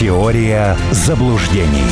Теория заблуждений.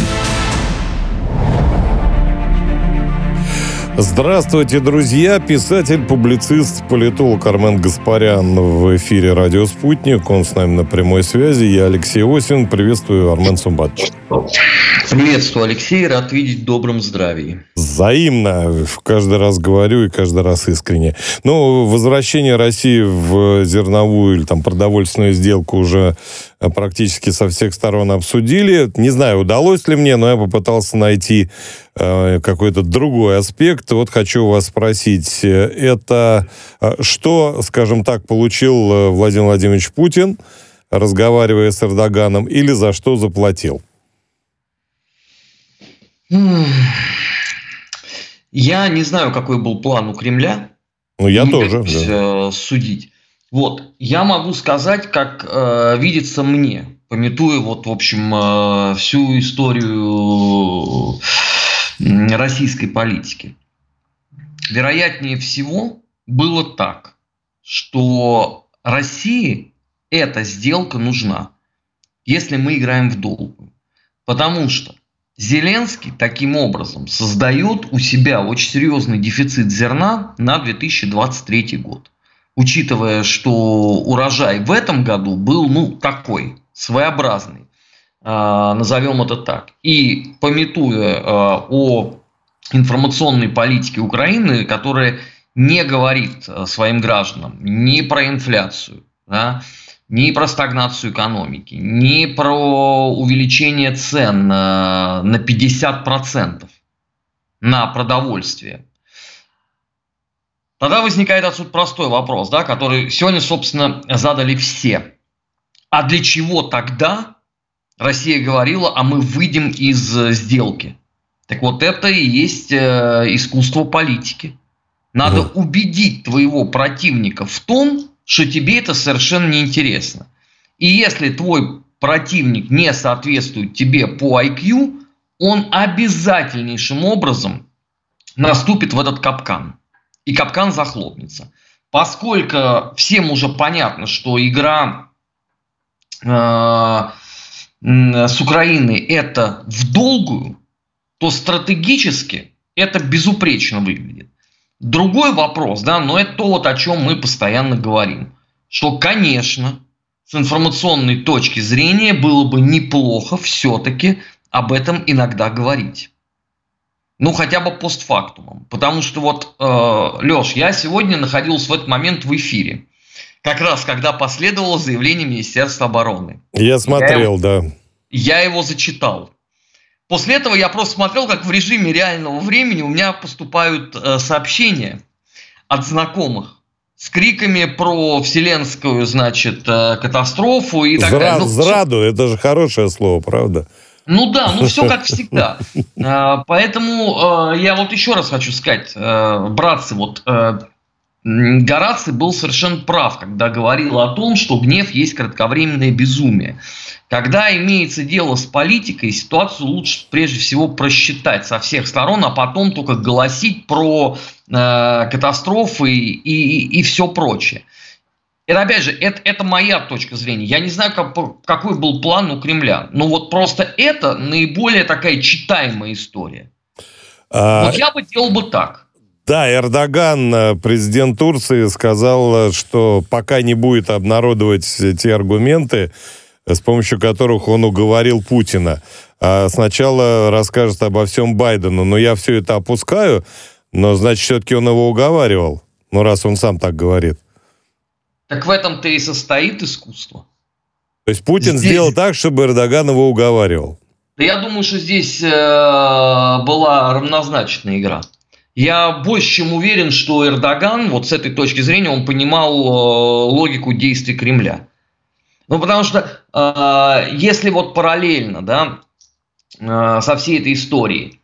Здравствуйте, друзья! Писатель, публицист, политолог Армен Гаспарян в эфире «Радио Спутник». Он с нами на прямой связи. Я Алексей Осин. Приветствую, Армен Сумбатович. Приветствую, Алексей. Рад видеть в добром здравии. Взаимно. Каждый раз говорю и каждый раз искренне. Но возвращение России в зерновую или продовольственную сделку уже практически со всех сторон обсудили. Не знаю, удалось ли мне, но я попытался найти какой-то другой аспект. Вот хочу вас спросить, это что, скажем так, получил Владимир Владимирович Путин, разговаривая с Эрдоганом, или за что заплатил? Я не знаю, какой был план у Кремля. Я тоже. Судить. Вот. Я могу сказать, как видится мне, памятуя всю историю российской политики. Вероятнее всего было так, что России эта сделка нужна, если мы играем в долгую. Потому что Зеленский таким образом создает у себя очень серьезный дефицит зерна на 2023 год. Учитывая, что урожай в этом году был такой, своеобразный, назовем это так. И памятуя о информационной политике Украины, которая не говорит своим гражданам ни про инфляцию, ни про стагнацию экономики, ни про увеличение цен на 50% на продовольствие. Тогда возникает отсюда простой вопрос, который сегодня, собственно, задали все. А для чего тогда Россия говорила, а мы выйдем из сделки? Так вот, это и есть искусство политики. Надо убедить твоего противника в том, что тебе это совершенно неинтересно. И если твой противник не соответствует тебе по IQ, он обязательнейшим образом наступит в этот капкан. И капкан захлопнется. Поскольку всем уже понятно, что игра с Украиной это в долгую, то стратегически это безупречно выглядит. Другой вопрос, но это то, о чем мы постоянно говорим. Что, конечно, с информационной точки зрения было бы неплохо все-таки об этом иногда говорить. Хотя бы постфактумом. Потому что Леш, я сегодня находился в этот момент в эфире. Как раз, когда последовало заявление Министерства обороны. Я смотрел, Я его зачитал. После этого я просто смотрел, как в режиме реального времени у меня поступают сообщения от знакомых с криками про вселенскую, катастрофу и так далее. Зраду, это же хорошее слово, правда? Все как всегда. Поэтому я еще раз хочу сказать, братцы, Гораций был совершенно прав, когда говорил о том, что гнев есть кратковременное безумие. Когда имеется дело с политикой, ситуацию лучше прежде всего просчитать со всех сторон, а потом только голосить про катастрофы и все прочее. И опять же, это моя точка зрения. Я не знаю, какой был план у Кремля. Просто это наиболее такая читаемая история. Я бы делал бы так. Да, Эрдоган, президент Турции, сказал, что пока не будет обнародовать те аргументы, с помощью которых он уговорил Путина. А сначала расскажет обо всем Байдену. Но я все это опускаю, но, значит, все-таки он его уговаривал. Раз он сам так говорит. Так в этом-то и состоит искусство. То есть Путин сделал так, чтобы Эрдоган его уговаривал? Да я думаю, что здесь была равнозначная игра. Я больше чем уверен, что Эрдоган, с этой точки зрения, он понимал логику действий Кремля. Потому что если параллельно, со всей этой историей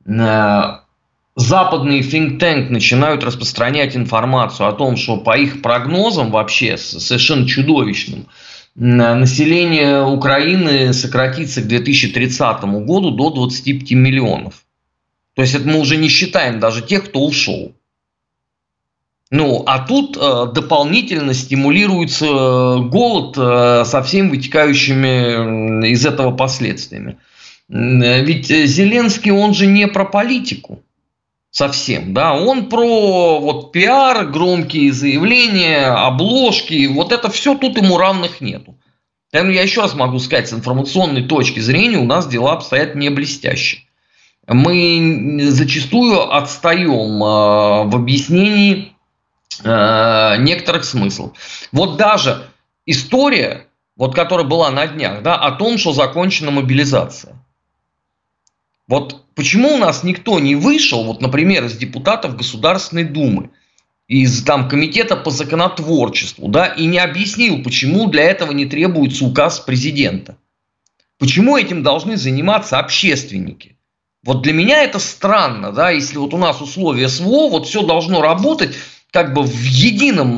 западные think tank начинают распространять информацию о том, что по их прогнозам вообще совершенно чудовищным, население Украины сократится к 2030 году до 25 миллионов. То есть это мы уже не считаем даже тех, кто ушел. Ну, а тут дополнительно стимулируется голод со всеми вытекающими из этого последствиями. Ведь Зеленский, он же не про политику совсем, да, он про вот пиар, громкие заявления, обложки, вот это все, тут ему равных нету. Поэтому я еще раз могу сказать, с информационной точки зрения у нас дела обстоят не блестяще. Мы зачастую отстаем в объяснении некоторых смыслов. Вот даже история, вот, которая была на днях, да, о том, что закончена мобилизация. Вот почему у нас никто не вышел, вот, например, из депутатов Государственной Думы, из там комитета по законотворчеству, да, и не объяснил, почему для этого не требуется указ президента. Почему этим должны заниматься общественники? Вот для меня это странно, да, если вот у нас условия СВО, вот все должно работать как бы в едином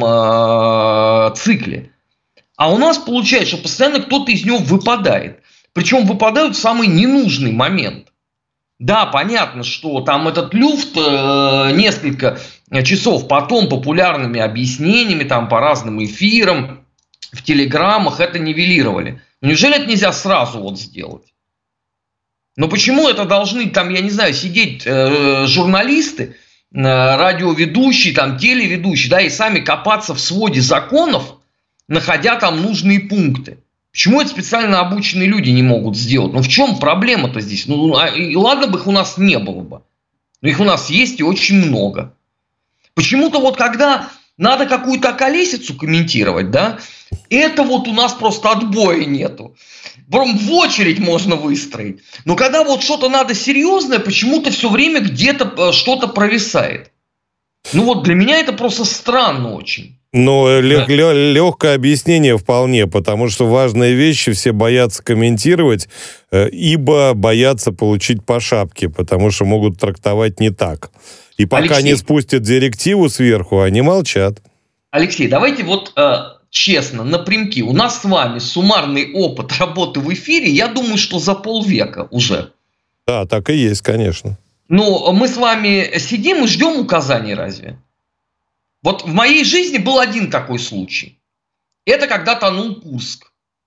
цикле. А у нас получается, что постоянно кто-то из него выпадает. Причем выпадают в самый ненужный момент. Да, понятно, что там этот люфт несколько часов потом популярными объяснениями, там по разным эфирам, в телеграммах это нивелировали. Неужели это нельзя сразу вот сделать? Но почему это должны, там, я не знаю, сидеть журналисты, радиоведущие, там, телеведущие, да, и сами копаться в своде законов, находя там нужные пункты? Почему это специально обученные люди не могут сделать? Ну, в чем проблема-то здесь? Ну, и ладно бы их у нас не было бы. Но их у нас есть и очень много. Почему-то вот когда надо какую-то околесицу комментировать, да, это вот у нас просто отбоя нету. В очередь можно выстроить. Но когда вот что-то надо серьезное, почему-то все время где-то что-то провисает. Ну вот для меня это просто странно очень. Ну, легкое объяснение вполне, потому что важные вещи все боятся комментировать, ибо боятся получить по шапке, потому что могут трактовать не так. И пока не спустят директиву сверху, они молчат. Алексей, давайте вот честно, напрямки. У нас с вами суммарный опыт работы в эфире, я думаю, что за полвека уже. Да, так и есть, конечно. Ну, мы с вами сидим и ждем указаний разве? Вот в моей жизни был один такой случай. Это когда тонул Курск.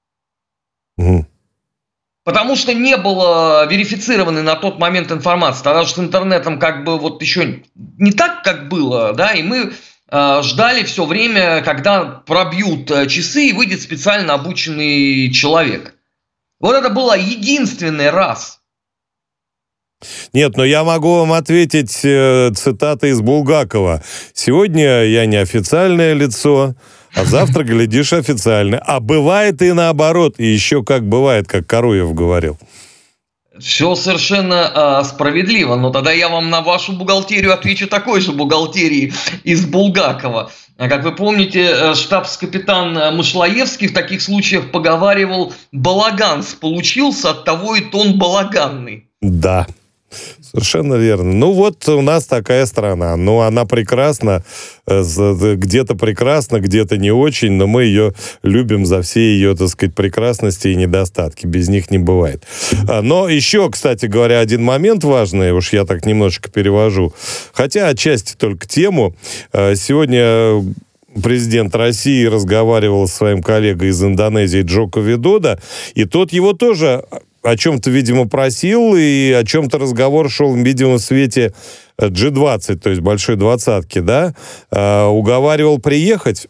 Угу. Потому что не было верифицированной на тот момент информации. Тогда что с интернетом как бы вот еще не так, как было, да, и мы ждали все время, когда пробьют часы и выйдет специально обученный человек. Вот это было единственный раз. Нет, но я могу вам ответить цитатой из Булгакова. «Сегодня я неофициальное лицо, а завтра, глядишь, официальное». А бывает и наоборот. И еще как бывает, как Коруев говорил. Все совершенно справедливо. Но тогда я вам на вашу бухгалтерию отвечу такой же бухгалтерии из Булгакова. Как вы помните, штабс-капитан Мышлаевский в таких случаях поговаривал: балаганс получился, оттого и тон балаганный. Да. Совершенно верно. Ну вот у нас такая страна. Ну она прекрасна, где-то прекрасна, где-то не очень, но мы ее любим за все ее, так сказать, прекрасности и недостатки. Без них не бывает. Но еще, кстати говоря, один момент важный, уж я так немножечко перевожу, хотя отчасти только тему. Сегодня президент России разговаривал со своим коллегой из Индонезии Джоко Видодо, и тот его тоже о чем-то, видимо, просил, и о чем-то разговор шел, видимо, в свете G20, то есть большой двадцатки, да? Уговаривал приехать?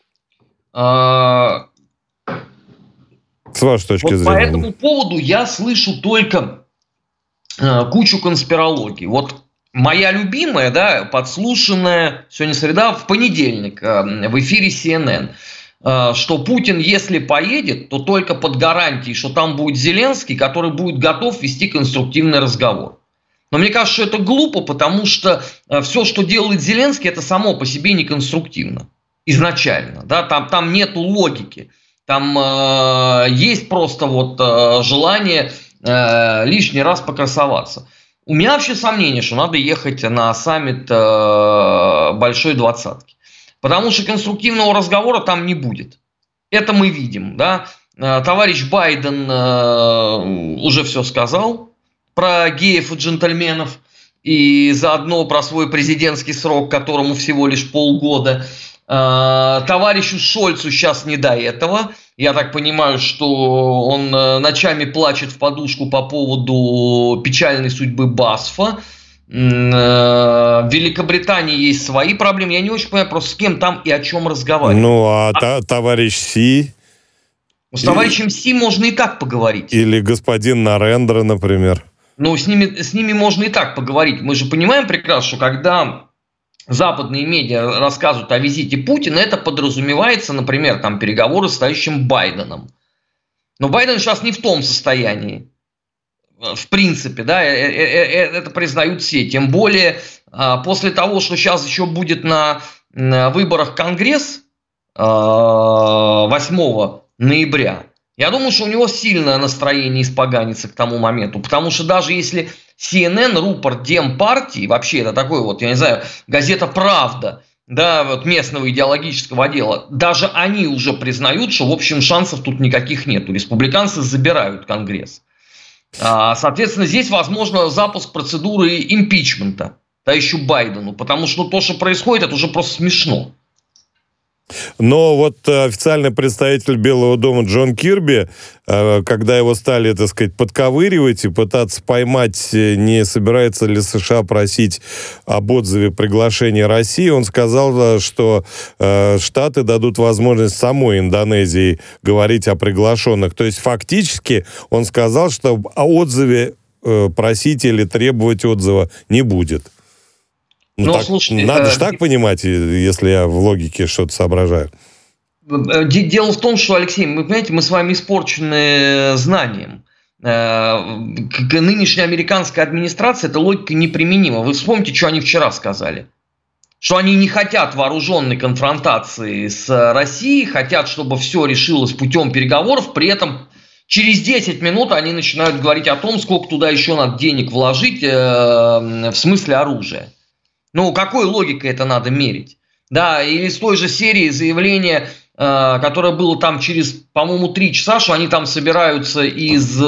С вашей точки зрения. По этому поводу я слышу только кучу конспирологий. Вот моя любимая, да, подслушанная, сегодня среда, в понедельник в эфире CNN, что Путин, если поедет, то только под гарантией, что там будет Зеленский, который будет готов вести конструктивный разговор. Но мне кажется, что это глупо, потому что все, что делает Зеленский, это само по себе не конструктивно. Изначально. Да? Там нет логики. Там есть просто вот желание лишний раз покрасоваться. У меня вообще сомнение, что надо ехать на саммит Большой Двадцатки. Потому что конструктивного разговора там не будет. Это мы видим. Да? Товарищ Байден уже все сказал про геев и джентльменов. и заодно про свой президентский срок, которому всего лишь полгода. Товарищу Шольцу сейчас не до этого. Я так понимаю, что он ночами плачет в подушку по поводу печальной судьбы Басфа. В Великобритании есть свои проблемы. Я не очень понимаю, просто с кем там и о чем разговаривать. Ну, товарищ Си? С товарищем Си можно и так поговорить. Или господин Нарендра, например. Ну, с ними можно и так поговорить. Мы же понимаем прекрасно, что когда западные медиа рассказывают о визите Путина, это подразумевается, например, там переговоры с товарищем Байденом. Но Байден сейчас не в том состоянии. В принципе, да, это признают все. Тем более, после того, что сейчас еще будет на выборах Конгресс 8 ноября, я думаю, что у него сильное настроение испоганится к тому моменту. Потому что даже если CNN, рупор Демпартии, вообще это такой вот, я не знаю, газета «Правда», да, вот местного идеологического отдела, даже они уже признают, что, в общем, шансов тут никаких нету. Республиканцы забирают Конгресс. Соответственно, здесь возможно запуск процедуры импичмента товарищу Байдену, потому что то, что происходит, это уже просто смешно. Но вот официальный представитель Белого дома Джон Кирби, когда его стали, так сказать, подковыривать и пытаться поймать, не собирается ли США просить об отзыве приглашения России, он сказал, что Штаты дадут возможность самой Индонезии говорить о приглашенных. То есть фактически он сказал, что о отзыве просить или требовать отзыва не будет. Ну, так, слушайте, надо же так понимать, если я в логике что-то соображаю. Дело в том, что, Алексей, вы понимаете, мы с вами испорчены знанием. Нынешняя американская администрация, эта логика неприменима. Вы вспомните, что они вчера сказали. Что они не хотят вооруженной конфронтации с Россией, хотят, чтобы все решилось путем переговоров, при этом через 10 минут они начинают говорить о том, сколько туда еще надо денег вложить в смысле оружия. Ну, какой логикой это надо мерить? Да, или с той же серии заявления, которое было там через, по-моему, 3 часа, что они там собираются из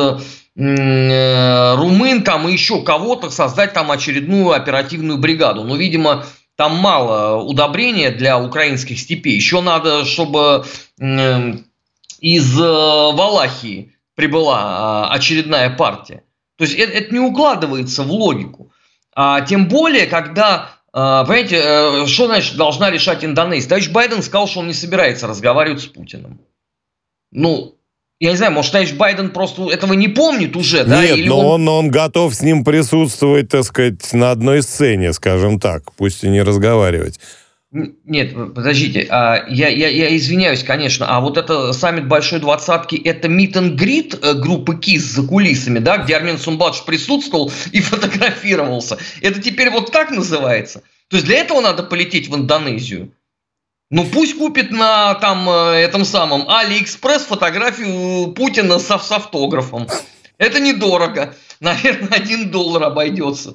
румын там и еще кого-то создать там очередную оперативную бригаду. Но, видимо, там мало удобрения для украинских степей. Еще надо, чтобы из Валахии прибыла очередная партия. То есть это не укладывается в логику. Тем более, когда, понимаете, что значит должна решать Индонезия? Товарищ Байден сказал, что он не собирается разговаривать с Путиным. Ну, я не знаю, может, товарищ Байден просто этого не помнит уже, да? Нет, или но он готов с ним присутствовать, так сказать, на одной сцене, скажем так, пусть и не разговаривать. Нет, подождите, я извиняюсь, конечно, а вот это саммит Большой Двадцатки, это meet and greet группы КИС за кулисами, да, где Армен Сумбатович присутствовал и фотографировался. Это теперь вот так называется? То есть для этого надо полететь в Индонезию? Ну пусть купит на там этом самом Алиэкспресс фотографию Путина с автографом. Это недорого, наверное, $1 обойдется.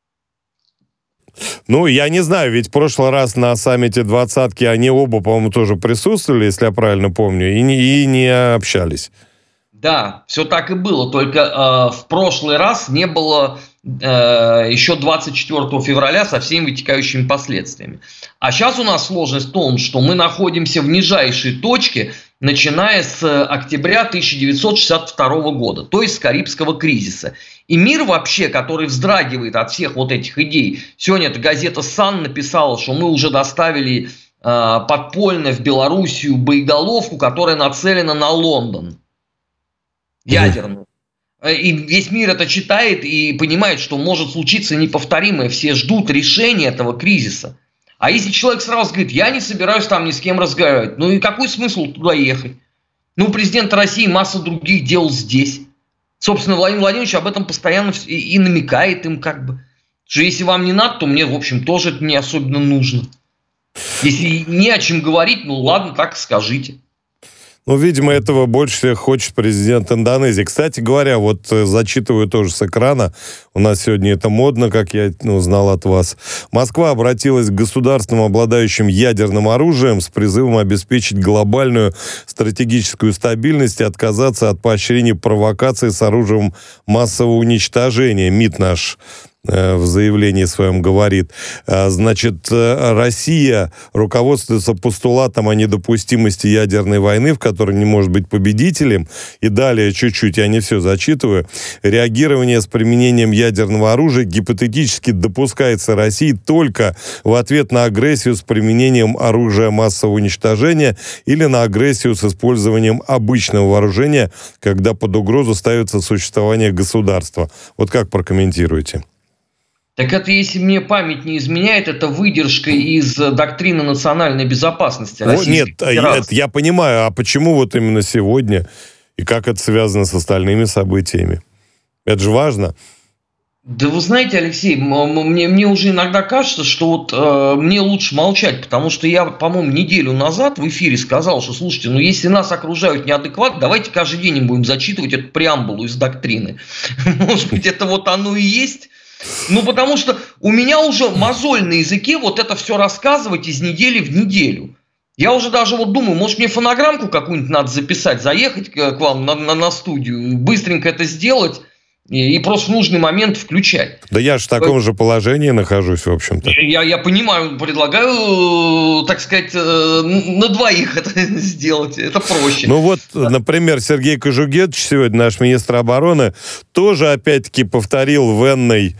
Ну, я не знаю, ведь в прошлый раз на саммите двадцатки они оба, по-моему, тоже присутствовали, если я правильно помню, и не общались. Да, все так и было, только в прошлый раз не было еще 24 февраля со всеми вытекающими последствиями. А сейчас у нас сложность в том, что мы находимся в нижайшей точке, начиная с октября 1962 года, то есть с Карибского кризиса. И мир вообще, который вздрагивает от всех вот этих идей. Сегодня эта газета «Сан» написала, что мы уже доставили подпольно в Белоруссию боеголовку, которая нацелена на Лондон. Ядерную. И весь мир это читает и понимает, что может случиться неповторимое. Все ждут решения этого кризиса. А если человек сразу говорит, я не собираюсь там ни с кем разговаривать, ну и какой смысл туда ехать? Ну, у президента России масса других дел здесь. Собственно, Владимир Владимирович об этом постоянно и намекает им как бы. Что если вам не надо, то мне, в общем, тоже это не особенно нужно. Если не о чем говорить, ну ладно, так и скажите. Ну, видимо, этого больше всех хочет президент Индонезии. Кстати говоря, вот зачитываю тоже с экрана, у нас сегодня это модно, как я узнал от вас. Москва обратилась к государствам, обладающим ядерным оружием, с призывом обеспечить глобальную стратегическую стабильность и отказаться от поощрения провокаций с оружием массового уничтожения. МИД наш в заявлении своем говорит. Значит, Россия руководствуется постулатом о недопустимости ядерной войны, в которой не может быть победителем. И далее чуть-чуть, я не все зачитываю. Реагирование с применением ядерного оружия гипотетически допускается России только в ответ на агрессию с применением оружия массового уничтожения или на агрессию с использованием обычного вооружения, когда под угрозу ставится существование государства. Вот как прокомментируете? Так это, если мне память не изменяет, это выдержка из доктрины национальной безопасности Российской Федерации. Нет, я понимаю, а почему вот именно сегодня? И как это связано с остальными событиями? Это же важно. Да вы знаете, Алексей, мне уже иногда кажется, что вот мне лучше молчать, потому что я, по-моему, неделю назад в эфире сказал, что, слушайте, ну если нас окружают неадекватно, давайте каждый день им будем зачитывать эту преамбулу из доктрины. Может быть, это вот оно и есть? Ну, потому что у меня уже мозоль на языке вот это все рассказывать из недели в неделю. Я уже даже вот думаю, может мне фонограммку какую-нибудь надо записать, заехать к вам на студию, быстренько это сделать и просто в нужный момент включать. Да я же в таком же положении нахожусь, в общем-то. Я понимаю, предлагаю, так сказать, на двоих это сделать, это проще. Ну вот, например, Сергей Кожугетович, сегодня наш министр обороны, тоже опять-таки повторил в энной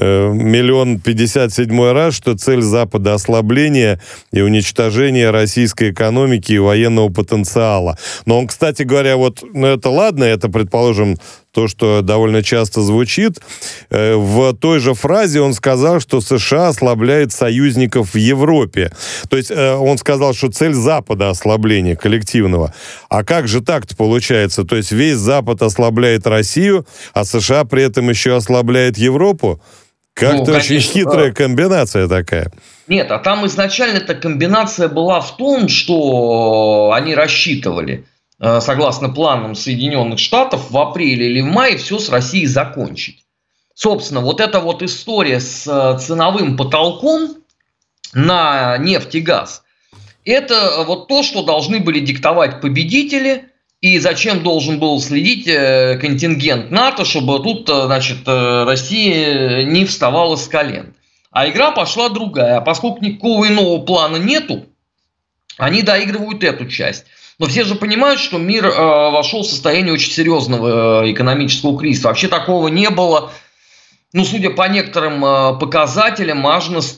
1057 раз, что цель Запада — ослабление и уничтожение российской экономики и военного потенциала. Но он, кстати говоря, вот, ну это ладно, это, предположим, то, что довольно часто звучит. В той же фразе он сказал, что США ослабляет союзников в Европе. То есть он сказал, что цель Запада — ослабление коллективного. А как же так-то получается? То есть весь Запад ослабляет Россию, а США при этом еще ослабляет Европу? Как-то очень хитрая комбинация такая. Нет, а там изначально эта комбинация была в том, что они рассчитывали, согласно планам Соединенных Штатов, в апреле или в мае все с Россией закончить. Собственно, вот эта вот история с ценовым потолком на нефть и газ, это вот то, что должны были диктовать победители, и зачем должен был следить контингент НАТО, чтобы тут, значит, Россия не вставала с колен. А игра пошла другая. Поскольку никакого иного плана нету, они доигрывают эту часть. Но все же понимают, что мир вошел в состояние очень серьезного экономического кризиса. Вообще такого не было, ну, судя по некоторым показателям, аж с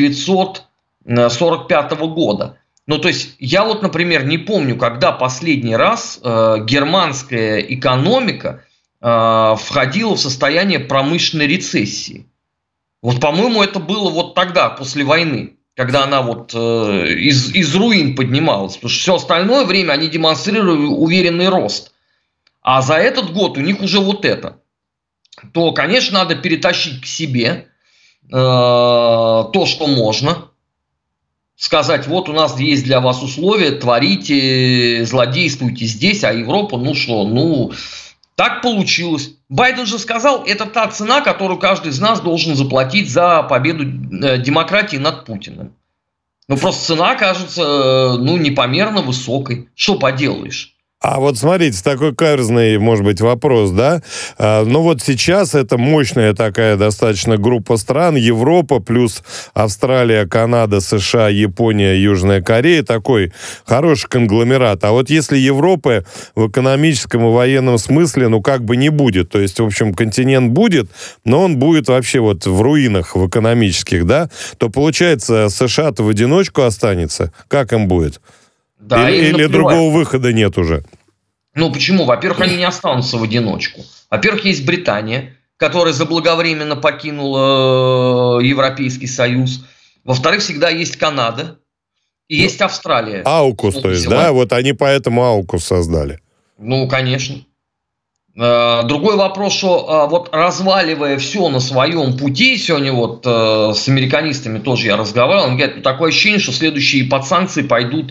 1945 года. Ну, то есть, я вот, например, не помню, когда последний раз германская экономика входила в состояние промышленной рецессии. Вот, по-моему, это было вот тогда, после войны, когда она вот из руин поднималась. Потому что все остальное время они демонстрировали уверенный рост. А за этот год у них уже вот это. То, конечно, надо перетащить к себе то, что можно. Сказать, вот у нас есть для вас условия, творите, злодействуйте здесь, а Европа, ну что, ну, так получилось. Байден же сказал, это та цена, которую каждый из нас должен заплатить за победу демократии над Путиным. Ну, просто цена кажется, ну, непомерно высокой. Что поделаешь? А вот смотрите, такой каверзный, может быть, вопрос, да? Ну вот сейчас это мощная такая достаточно группа стран, Европа плюс Австралия, Канада, США, Япония, Южная Корея, такой хороший конгломерат. А вот если Европы в экономическом и военном смысле, ну как бы не будет, то есть, в общем, континент будет, но он будет вообще вот в руинах в экономических, да, то получается США-то в одиночку останется. Как им будет? Да, или другого выхода нет уже? Ну, почему? Во-первых, они не останутся в одиночку. Во-первых, есть Британия, которая заблаговременно покинула Европейский Союз. Во-вторых, всегда есть Канада и есть Австралия. Аукус, то есть, да? Вот они поэтому Аукус создали. Ну, конечно. Другой вопрос, что вот разваливая все на своем пути, сегодня вот с американистами тоже я разговаривал, они говорят, такое ощущение, что следующие под санкции пойдут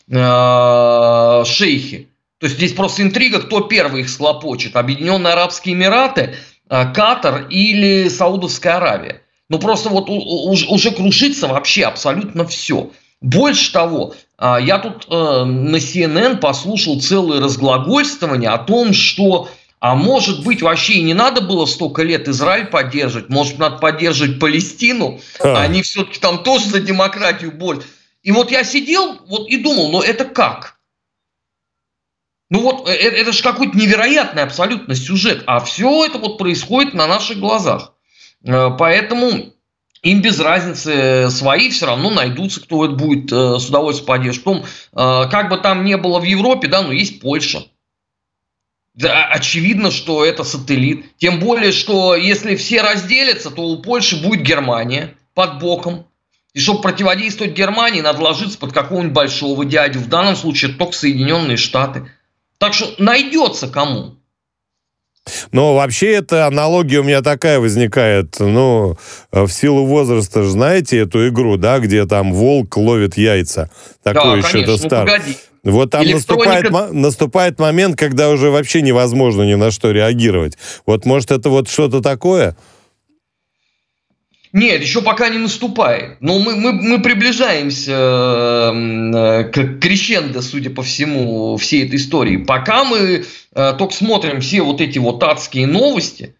шейхи. То есть здесь просто интрига, кто первый их схлопочет. Объединенные Арабские Эмираты, Катар или Саудовская Аравия. Ну просто вот уже крушится вообще абсолютно все. Больше того, я тут на CNN послушал целое разглагольствование о том, что А может быть, вообще и не надо было столько лет Израиль поддерживать? Может, надо поддерживать Палестину? Они все-таки там тоже за демократию борются. И вот я сидел и думал, ну это как? Ну вот это же какой-то невероятный абсолютно сюжет. А все это вот происходит на наших глазах. Поэтому им без разницы, свои все равно найдутся, кто это будет с удовольствием поддерживать. Потом, как бы там ни было в Европе, да, но есть Польша. Да, очевидно, что это сателлит. Тем более, что если все разделятся, то у Польши будет Германия под боком. И чтобы противодействовать Германии, надо ложиться под какого-нибудь большого дядю. В данном случае это только Соединенные Штаты. Так что найдется кому. Но вообще эта аналогия у меня такая возникает. Ну, в силу возраста же знаете эту игру, да, где там волк ловит яйца. Такой да, еще конечно, старый. Погоди. Вот там наступает момент, когда уже вообще невозможно ни на что реагировать. Вот может это вот что-то такое? Нет, еще пока не наступает. Но мы приближаемся к крещендо, судя по всему, всей этой истории. Пока мы только смотрим все вот эти вот адские новости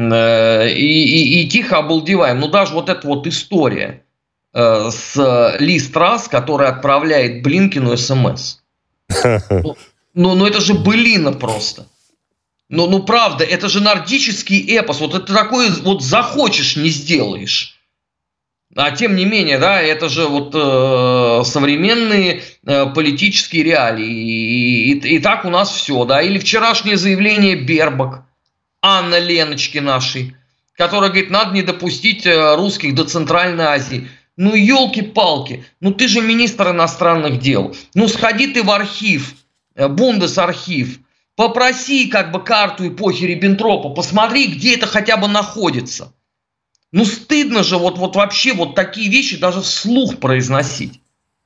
и тихо обалдеваем. Ну даже вот эта вот история с Ли Страс, которая отправляет Блинкину СМС. Ну это же былина просто. Ну правда, это же нордический эпос. Вот это такое вот захочешь, не сделаешь. А тем не менее, да, это же вот современные политические реалии. И так у нас все, да. Или вчерашнее заявление Бербак, Анна Леночки нашей, которая говорит, надо не допустить русских до Центральной Азии. Ну, елки-палки, ну ты же министр иностранных дел. Ну, сходи ты в архив, Бундесархив, попроси как бы карту эпохи Риббентропа, посмотри, где это хотя бы находится. Ну, стыдно же вот вообще вот такие вещи даже вслух произносить.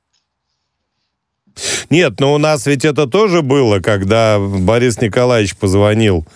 Нет, но у нас ведь это тоже было, когда Борис Николаевич позвонил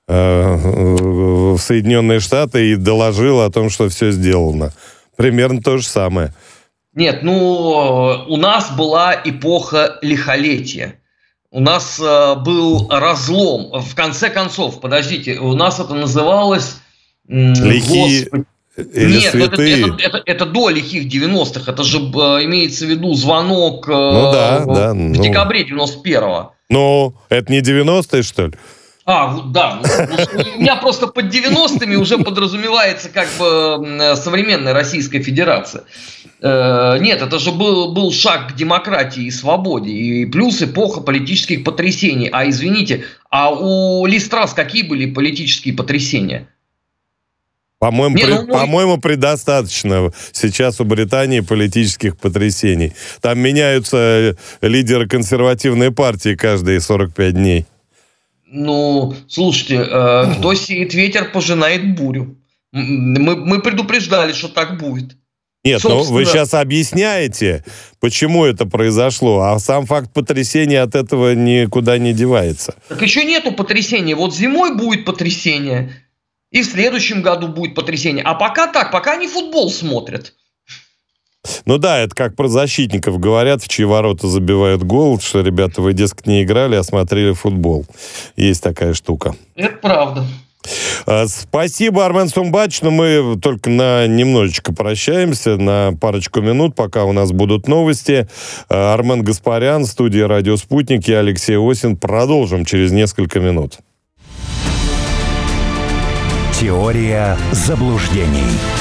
в Соединенные Штаты и доложил о том, что все сделано. Примерно то же самое. Нет, ну, у нас была эпоха лихолетия. У нас был разлом. В конце концов, подождите, у нас это называлось... Лихие или нет, святые? Это до лихих 90-х. Это же имеется в виду звонок в декабре 91-го. Ну, это не 90-е, что ли? Да. У меня просто под 90-ми уже подразумевается как бы современная Российская Федерация. Нет, это же был шаг к демократии и свободе. И плюс эпоха политических потрясений. А извините, а у Ли Страс какие были политические потрясения? По-моему, предостаточно сейчас у Британии политических потрясений. Там меняются лидеры консервативной партии каждые 45 дней. Ну, слушайте, кто сеет ветер, пожинает бурю. Мы предупреждали, что так будет. Нет, ну вы сейчас объясняете, почему это произошло, а сам факт потрясения от этого никуда не девается. Так еще нету потрясения. Вот зимой будет потрясение, и в следующем году будет потрясение. А пока так, пока они футбол смотрят. Ну да, это как про защитников говорят, в чьи ворота забивают гол, что, ребята, вы, дескать, не играли, а смотрели футбол. Есть такая штука. Это правда. Спасибо, Армен Сумбач, но мы только на немножечко прощаемся, на парочку минут, пока у нас будут новости. Армен Гаспарян, студия «Радио Спутник», я Алексей Осин. Продолжим через несколько минут. Теория заблуждений.